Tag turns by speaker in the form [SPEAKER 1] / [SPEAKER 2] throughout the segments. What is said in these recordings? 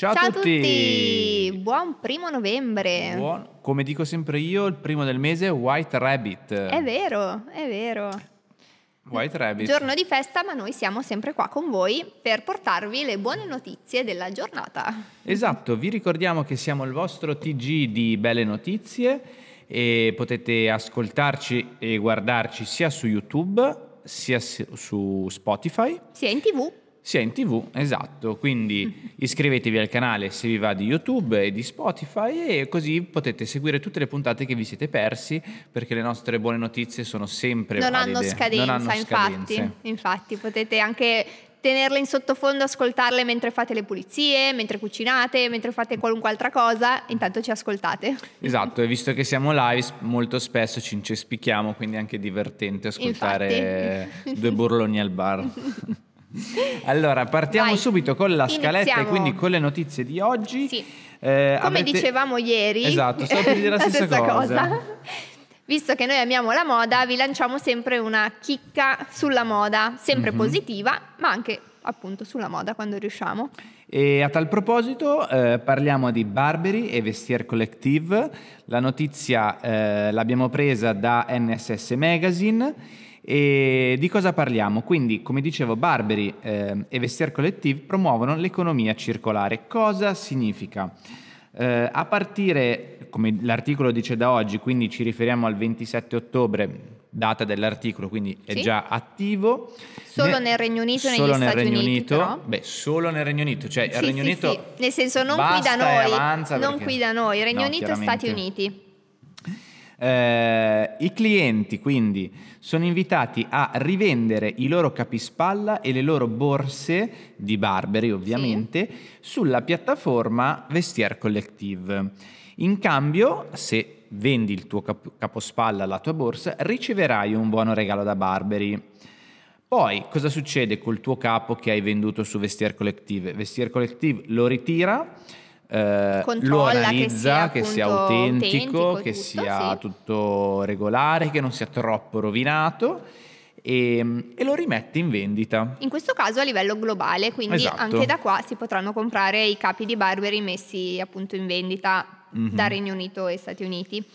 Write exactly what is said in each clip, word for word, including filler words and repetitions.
[SPEAKER 1] Ciao,
[SPEAKER 2] Ciao
[SPEAKER 1] a tutti.
[SPEAKER 2] tutti! Buon primo novembre!
[SPEAKER 1] Buon, come dico sempre io, il primo del mese è White Rabbit.
[SPEAKER 2] È vero, è vero.
[SPEAKER 1] White Rabbit.
[SPEAKER 2] Giorno di festa, ma noi siamo sempre qua con voi per portarvi le buone notizie della giornata.
[SPEAKER 1] Esatto, vi ricordiamo che siamo il vostro T G di Belle Notizie e potete ascoltarci e guardarci sia su YouTube, sia su Spotify.
[SPEAKER 2] Sia in tivù.
[SPEAKER 1] Sia in tivù, esatto, quindi iscrivetevi al canale se vi va di YouTube e di Spotify e così potete seguire tutte le puntate che vi siete persi, perché le nostre buone notizie sono sempre
[SPEAKER 2] non
[SPEAKER 1] valide.
[SPEAKER 2] Hanno scadenza,
[SPEAKER 1] non hanno
[SPEAKER 2] infatti,
[SPEAKER 1] scadenze.
[SPEAKER 2] infatti potete anche tenerle in sottofondo, ascoltarle mentre fate le pulizie, mentre cucinate, mentre fate qualunque altra cosa, intanto ci ascoltate.
[SPEAKER 1] Esatto, e visto che siamo live molto spesso ci incespichiamo, quindi è anche divertente ascoltare
[SPEAKER 2] infatti.
[SPEAKER 1] due burloni al bar. Allora, partiamo
[SPEAKER 2] Vai,
[SPEAKER 1] subito con la
[SPEAKER 2] iniziamo.
[SPEAKER 1] scaletta e quindi con le notizie di oggi.
[SPEAKER 2] Sì.
[SPEAKER 1] Eh,
[SPEAKER 2] Come
[SPEAKER 1] avrete...
[SPEAKER 2] dicevamo ieri,
[SPEAKER 1] esatto, stavo per dire la,
[SPEAKER 2] la
[SPEAKER 1] stessa,
[SPEAKER 2] stessa cosa.
[SPEAKER 1] cosa.
[SPEAKER 2] Visto che noi amiamo la moda, vi lanciamo sempre una chicca sulla moda, sempre
[SPEAKER 1] Mm-hmm.
[SPEAKER 2] positiva, ma anche appunto sulla moda quando riusciamo.
[SPEAKER 1] E a tal proposito eh, parliamo di Burberry e Vestiaire Collective. La notizia eh, l'abbiamo presa da N S S Magazine. E di cosa parliamo? Quindi, come dicevo, Burberry eh, e Vestiaire Collective promuovono l'economia circolare. Cosa significa? Eh, a partire, come l'articolo dice da oggi, quindi ci riferiamo al ventisette ottobre, data dell'articolo, quindi è
[SPEAKER 2] Sì.
[SPEAKER 1] già attivo.
[SPEAKER 2] Solo
[SPEAKER 1] Ne-
[SPEAKER 2] nel Regno Unito e negli
[SPEAKER 1] solo nel
[SPEAKER 2] Stati
[SPEAKER 1] Regno
[SPEAKER 2] Uniti,
[SPEAKER 1] Unito.
[SPEAKER 2] però.
[SPEAKER 1] Beh, solo nel Regno Unito, cioè il
[SPEAKER 2] Sì,
[SPEAKER 1] Regno
[SPEAKER 2] sì,
[SPEAKER 1] Unito
[SPEAKER 2] sì. Nel senso non qui
[SPEAKER 1] basta
[SPEAKER 2] da
[SPEAKER 1] e
[SPEAKER 2] noi,
[SPEAKER 1] avanza
[SPEAKER 2] non
[SPEAKER 1] perché-
[SPEAKER 2] qui da noi, Regno
[SPEAKER 1] No,
[SPEAKER 2] Unito e
[SPEAKER 1] chiaramente.
[SPEAKER 2] Stati Uniti.
[SPEAKER 1] Eh, I clienti quindi sono invitati a rivendere i loro capispalla e le loro borse di Burberry, ovviamente, sulla piattaforma Vestiaire Collective. In cambio, se vendi il tuo cap- capospalla, la tua borsa, riceverai un buono regalo da Burberry. Poi, cosa succede col tuo capo che hai venduto su Vestiaire Collective? Vestiaire Collective lo ritira, eh, lo
[SPEAKER 2] Controlla che
[SPEAKER 1] analizza,
[SPEAKER 2] sia,
[SPEAKER 1] che sia
[SPEAKER 2] appunto,
[SPEAKER 1] autentico,
[SPEAKER 2] autentico,
[SPEAKER 1] che
[SPEAKER 2] tutto,
[SPEAKER 1] sia
[SPEAKER 2] sì.
[SPEAKER 1] tutto regolare, che non sia troppo rovinato e, e lo rimette in vendita.
[SPEAKER 2] In questo caso a livello globale, quindi
[SPEAKER 1] Esatto.
[SPEAKER 2] anche da qua si potranno comprare i capi di Burberry messi appunto in vendita
[SPEAKER 1] Mhm.
[SPEAKER 2] da Regno Unito e Stati Uniti.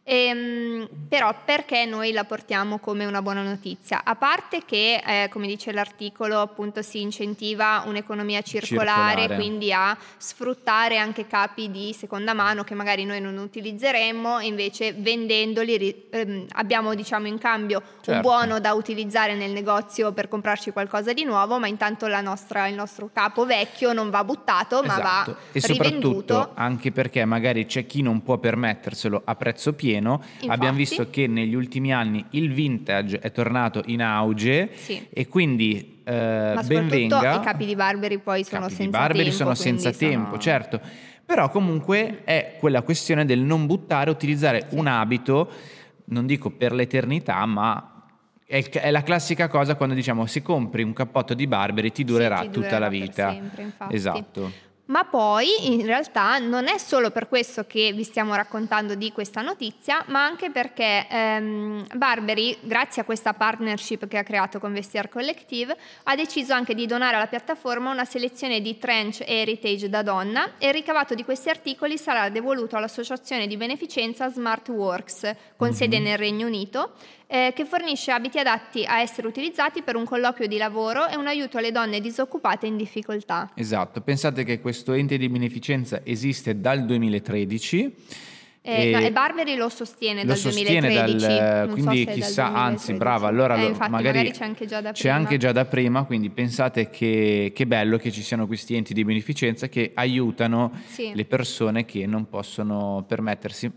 [SPEAKER 2] Ehm, però perché noi la portiamo come una buona notizia? A parte che, eh, come dice l'articolo, appunto si incentiva un'economia circolare,
[SPEAKER 1] Circolare.
[SPEAKER 2] quindi a sfruttare anche capi di seconda mano che magari noi non utilizzeremmo, e invece vendendoli ri- ehm, abbiamo diciamo in cambio
[SPEAKER 1] Certo.
[SPEAKER 2] un buono da utilizzare nel negozio per comprarci qualcosa di nuovo, ma intanto la nostra, il nostro capo vecchio non va buttato, ma
[SPEAKER 1] Esatto.
[SPEAKER 2] va
[SPEAKER 1] E soprattutto
[SPEAKER 2] rivenduto.
[SPEAKER 1] anche perché magari c'è chi non può permetterselo a prezzo pieno. Abbiamo visto che negli ultimi anni il vintage è tornato in auge,
[SPEAKER 2] Sì.
[SPEAKER 1] e quindi eh,
[SPEAKER 2] Ma
[SPEAKER 1] ben
[SPEAKER 2] soprattutto
[SPEAKER 1] venga.
[SPEAKER 2] i capi di Burberry poi sono
[SPEAKER 1] Capi di
[SPEAKER 2] senza
[SPEAKER 1] Burberry
[SPEAKER 2] tempo.
[SPEAKER 1] sono senza
[SPEAKER 2] quindi
[SPEAKER 1] tempo,
[SPEAKER 2] sono-
[SPEAKER 1] certo. Però comunque è quella questione del non buttare, utilizzare un abito, non dico per l'eternità, ma è, il- è la classica cosa quando diciamo se compri un cappotto di Burberry ti durerà
[SPEAKER 2] Sì, ti
[SPEAKER 1] tutta
[SPEAKER 2] durerà
[SPEAKER 1] la
[SPEAKER 2] per
[SPEAKER 1] vita.
[SPEAKER 2] sempre, infatti.
[SPEAKER 1] Esatto.
[SPEAKER 2] Ma poi in realtà non è solo per questo che vi stiamo raccontando di questa notizia, ma anche perché ehm, Burberry, grazie a questa partnership che ha creato con Vestiaire Collective, ha deciso anche di donare alla piattaforma una selezione di trench heritage da donna, e il ricavato di questi articoli sarà devoluto all'associazione di beneficenza Smart Works, con sede nel Regno Unito, eh, che fornisce abiti adatti a essere utilizzati per un colloquio di lavoro e un aiuto alle donne disoccupate in difficoltà.
[SPEAKER 1] Esatto, pensate che questo ente di beneficenza esiste dal duemilatredici.
[SPEAKER 2] Eh, no, e Burberry lo sostiene
[SPEAKER 1] lo
[SPEAKER 2] dal
[SPEAKER 1] sostiene
[SPEAKER 2] duemilatredici,
[SPEAKER 1] dal,
[SPEAKER 2] non
[SPEAKER 1] quindi
[SPEAKER 2] so se dal
[SPEAKER 1] chissà, anzi
[SPEAKER 2] duemilatredici.
[SPEAKER 1] brava, allora
[SPEAKER 2] Eh,
[SPEAKER 1] lo-
[SPEAKER 2] infatti,
[SPEAKER 1] magari,
[SPEAKER 2] magari c'è anche già da
[SPEAKER 1] c'è
[SPEAKER 2] prima.
[SPEAKER 1] anche già da prima, quindi pensate che, che bello che ci siano questi enti di beneficenza che aiutano
[SPEAKER 2] Sì.
[SPEAKER 1] le persone che non possono permettersi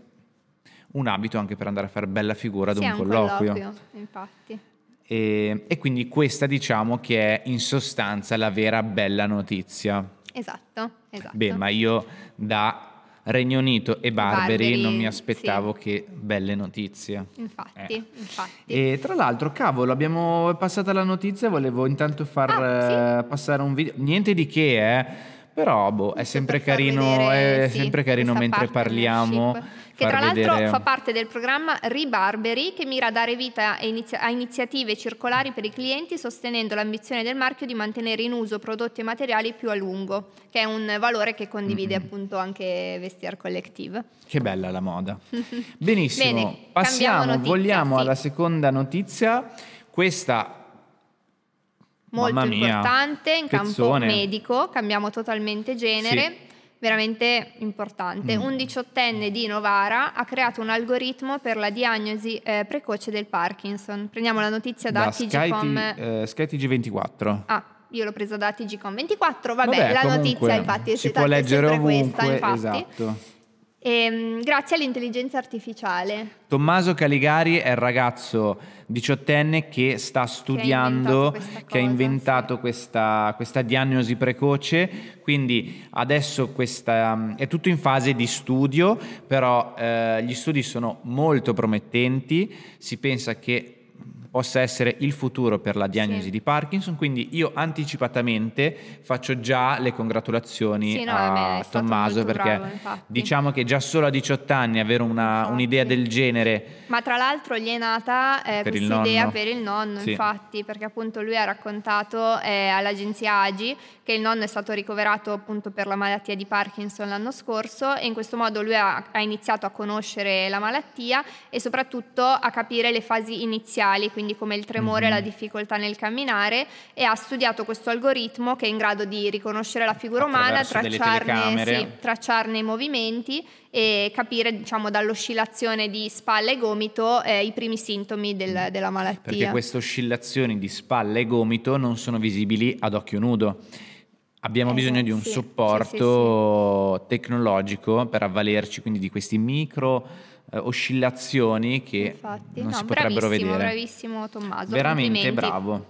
[SPEAKER 1] un abito anche per andare a fare bella figura ad
[SPEAKER 2] Sì,
[SPEAKER 1] un
[SPEAKER 2] è un
[SPEAKER 1] colloquio.
[SPEAKER 2] colloquio, infatti.
[SPEAKER 1] E, e quindi questa diciamo che è in sostanza la vera bella notizia.
[SPEAKER 2] Esatto, esatto.
[SPEAKER 1] Beh, ma io da Regno Unito e Burberry,
[SPEAKER 2] Burberry,
[SPEAKER 1] non mi aspettavo
[SPEAKER 2] sì.
[SPEAKER 1] che belle notizie.
[SPEAKER 2] Infatti,
[SPEAKER 1] Eh.
[SPEAKER 2] infatti.
[SPEAKER 1] E tra l'altro, cavolo, abbiamo passata la notizia, volevo intanto far
[SPEAKER 2] Ah,
[SPEAKER 1] eh, passare un video, niente di che, eh, però boh, è
[SPEAKER 2] Giusto
[SPEAKER 1] sempre
[SPEAKER 2] per far
[SPEAKER 1] carino,
[SPEAKER 2] vedere,
[SPEAKER 1] è
[SPEAKER 2] sì,
[SPEAKER 1] sempre carino
[SPEAKER 2] questa
[SPEAKER 1] mentre parliamo
[SPEAKER 2] partnership. che tra l'altro
[SPEAKER 1] vedere...
[SPEAKER 2] fa parte del programma Rebarberi, che mira a dare vita a, inizia- a iniziative circolari per i clienti, sostenendo l'ambizione del marchio di mantenere in uso prodotti e materiali più a lungo, che è un valore che condivide mm-hmm. appunto anche Vestiaire Collective.
[SPEAKER 1] Che bella la moda. Benissimo,
[SPEAKER 2] Bene,
[SPEAKER 1] passiamo,
[SPEAKER 2] notizia,
[SPEAKER 1] vogliamo
[SPEAKER 2] sì.
[SPEAKER 1] alla seconda notizia, questa...
[SPEAKER 2] molto
[SPEAKER 1] Mamma mia,
[SPEAKER 2] importante in
[SPEAKER 1] pezzone.
[SPEAKER 2] campo medico, cambiamo totalmente genere,
[SPEAKER 1] sì.
[SPEAKER 2] veramente importante. Mm. Un diciottenne di Novara ha creato un algoritmo per la diagnosi eh, precoce del Parkinson. Prendiamo la notizia da, da T G com.
[SPEAKER 1] Eh, Sky T G ventiquattro.
[SPEAKER 2] Ah, io l'ho presa da T G com ventiquattro, vabbè,
[SPEAKER 1] vabbè
[SPEAKER 2] la
[SPEAKER 1] comunque,
[SPEAKER 2] notizia infatti è
[SPEAKER 1] si
[SPEAKER 2] stata
[SPEAKER 1] può leggere
[SPEAKER 2] sempre
[SPEAKER 1] ovunque,
[SPEAKER 2] questa, infatti.
[SPEAKER 1] Esatto.
[SPEAKER 2] E, grazie all'intelligenza artificiale.
[SPEAKER 1] Tommaso Caligari è il ragazzo diciottenne che sta studiando, che ha inventato, che ha inventato
[SPEAKER 2] sì.
[SPEAKER 1] questa, questa diagnosi precoce, quindi adesso questa, è tutto in fase di studio, però eh, gli studi sono molto promettenti, si pensa che possa essere il futuro per la diagnosi sì. di Parkinson, quindi io anticipatamente faccio già le congratulazioni
[SPEAKER 2] sì, no,
[SPEAKER 1] a
[SPEAKER 2] beh,
[SPEAKER 1] Tommaso, perché
[SPEAKER 2] bravo,
[SPEAKER 1] diciamo che già solo a diciotto anni avere una, un'idea del genere.
[SPEAKER 2] Ma tra l'altro gli è nata eh, questa idea per il nonno, sì. infatti, perché appunto lui ha raccontato eh, all'agenzia A G I che il nonno è stato ricoverato appunto per la malattia di Parkinson l'anno scorso, e in questo modo lui ha, ha iniziato a conoscere la malattia e soprattutto a capire le fasi iniziali, quindi come il tremore e mm-hmm. la difficoltà nel camminare, e ha studiato questo algoritmo che è in grado di riconoscere la figura umana, tracciarne, sì, tracciarne i movimenti e capire, diciamo, dall'oscillazione di spalla e gomito eh, i primi sintomi del, della malattia.
[SPEAKER 1] Perché queste oscillazioni di spalla e gomito non sono visibili ad occhio nudo. Abbiamo eh, bisogno di un
[SPEAKER 2] sì,
[SPEAKER 1] supporto
[SPEAKER 2] sì, sì, sì.
[SPEAKER 1] tecnologico per avvalerci quindi di questi micro eh, oscillazioni che
[SPEAKER 2] Infatti.
[SPEAKER 1] non
[SPEAKER 2] no,
[SPEAKER 1] si potrebbero vedere.
[SPEAKER 2] Bravissimo Tommaso.
[SPEAKER 1] Veramente bravo.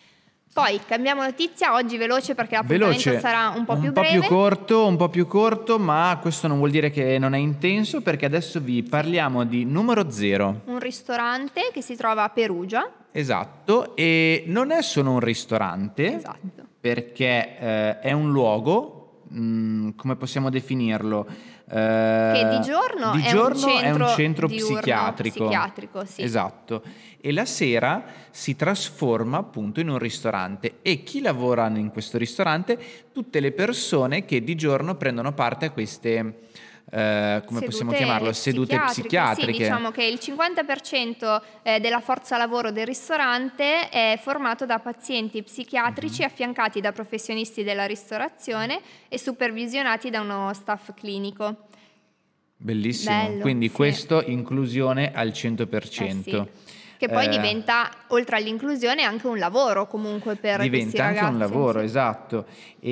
[SPEAKER 2] Poi cambiamo notizia, oggi veloce perché l'appuntamento
[SPEAKER 1] veloce,
[SPEAKER 2] sarà un po'
[SPEAKER 1] un
[SPEAKER 2] più
[SPEAKER 1] po'
[SPEAKER 2] breve.
[SPEAKER 1] più corto, un po' più corto, ma questo non vuol dire che non è intenso, perché adesso vi parliamo di Numero Zero.
[SPEAKER 2] Un ristorante che si trova a Perugia.
[SPEAKER 1] Esatto, e non è solo un ristorante,
[SPEAKER 2] esatto.
[SPEAKER 1] perché eh, è un luogo, mh, come possiamo definirlo? Eh,
[SPEAKER 2] che di giorno,
[SPEAKER 1] di
[SPEAKER 2] è,
[SPEAKER 1] giorno
[SPEAKER 2] un centro
[SPEAKER 1] è un centro
[SPEAKER 2] diurno,
[SPEAKER 1] psichiatrico.
[SPEAKER 2] psichiatrico sì.
[SPEAKER 1] Esatto, e la sera si trasforma appunto in un ristorante, e chi lavora in questo ristorante? Tutte le persone che di giorno prendono parte a queste... Eh, come
[SPEAKER 2] sedute
[SPEAKER 1] possiamo chiamarlo? Sedute
[SPEAKER 2] psichiatriche.
[SPEAKER 1] psichiatriche.
[SPEAKER 2] Sì, diciamo che il cinquanta per cento eh, della forza lavoro del ristorante è formato da pazienti psichiatrici mm-hmm. affiancati da professionisti della ristorazione e supervisionati da uno staff clinico.
[SPEAKER 1] Bellissimo.
[SPEAKER 2] Bello,
[SPEAKER 1] quindi
[SPEAKER 2] sì.
[SPEAKER 1] questo inclusione al cento per cento.
[SPEAKER 2] Eh sì. Che poi
[SPEAKER 1] eh,
[SPEAKER 2] diventa, oltre all'inclusione, anche un lavoro comunque per questi ragazzi.
[SPEAKER 1] Diventa anche un lavoro, sì. esatto.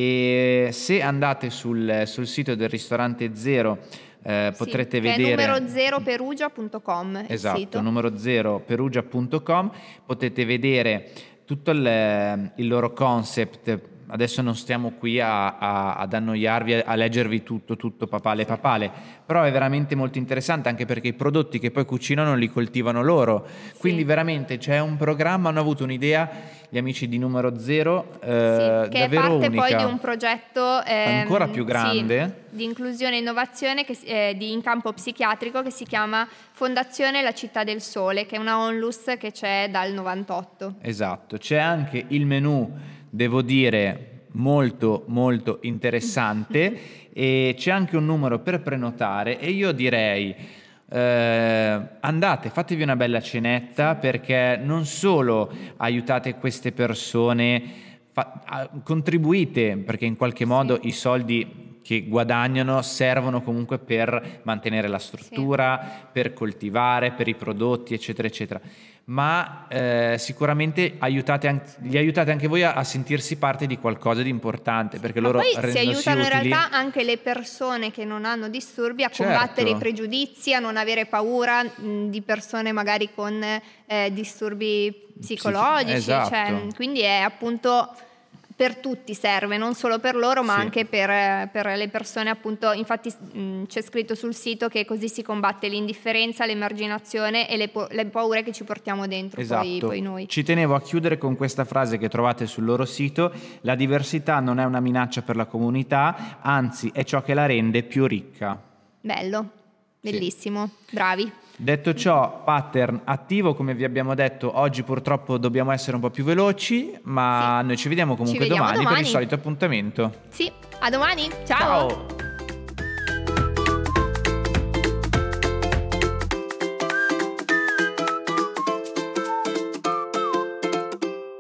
[SPEAKER 1] E se andate sul, sul sito del ristorante Zero eh,
[SPEAKER 2] sì,
[SPEAKER 1] potrete
[SPEAKER 2] che
[SPEAKER 1] vedere...
[SPEAKER 2] è numero zero perugia punto com.
[SPEAKER 1] Esatto,
[SPEAKER 2] il sito.
[SPEAKER 1] numero zero perugia punto com. Potete vedere tutto il, il loro concept. Adesso non stiamo qui a, a, ad annoiarvi, a, a leggervi tutto, tutto papale papale, però è veramente molto interessante, anche perché i prodotti che poi cucinano li coltivano loro, sì. quindi veramente c'è un programma, hanno avuto un'idea gli amici di Numero Zero, eh,
[SPEAKER 2] sì, che
[SPEAKER 1] davvero
[SPEAKER 2] è parte
[SPEAKER 1] unica.
[SPEAKER 2] poi di un progetto ehm,
[SPEAKER 1] ancora più grande,
[SPEAKER 2] sì, di inclusione e innovazione che, eh, di, in campo psichiatrico, che si chiama Fondazione La Città del Sole, che è una onlus che c'è dal novantotto.
[SPEAKER 1] Esatto, c'è anche il menù, devo dire, molto molto interessante e c'è anche un numero per prenotare, e io direi eh, andate, fatevi una bella cenetta, perché non solo aiutate queste persone, fa- contribuite, perché in qualche modo sì. i soldi che guadagnano servono comunque per mantenere la struttura, sì. per coltivare, per i prodotti, eccetera eccetera, ma eh, sicuramente aiutate anche, li aiutate anche voi a, a sentirsi parte di qualcosa di importante, perché
[SPEAKER 2] ma
[SPEAKER 1] loro
[SPEAKER 2] poi si aiutano
[SPEAKER 1] utili,
[SPEAKER 2] in realtà anche le persone che non hanno disturbi a
[SPEAKER 1] certo.
[SPEAKER 2] combattere i pregiudizi, a non avere paura mh, di persone magari con eh, disturbi psicologici,
[SPEAKER 1] Psichi- esatto.
[SPEAKER 2] cioè, quindi è appunto per tutti, serve, non solo per loro ma sì. anche per, per le persone, appunto. Infatti mh, c'è scritto sul sito che così si combatte l'indifferenza, l'emarginazione e le, po- le paure che ci portiamo dentro,
[SPEAKER 1] esatto.
[SPEAKER 2] poi, poi noi.
[SPEAKER 1] Ci tenevo a chiudere con questa frase che trovate sul loro sito: la diversità non è una minaccia per la comunità, anzi è ciò che la rende più ricca.
[SPEAKER 2] Bello. bellissimo, sì. Bravi.
[SPEAKER 1] Detto ciò, pattern attivo, come vi abbiamo detto, oggi purtroppo dobbiamo essere un po' più veloci, ma sì. Noi ci vediamo comunque ci vediamo domani, domani per il solito appuntamento.
[SPEAKER 2] Sì, a domani, ciao! Ciao.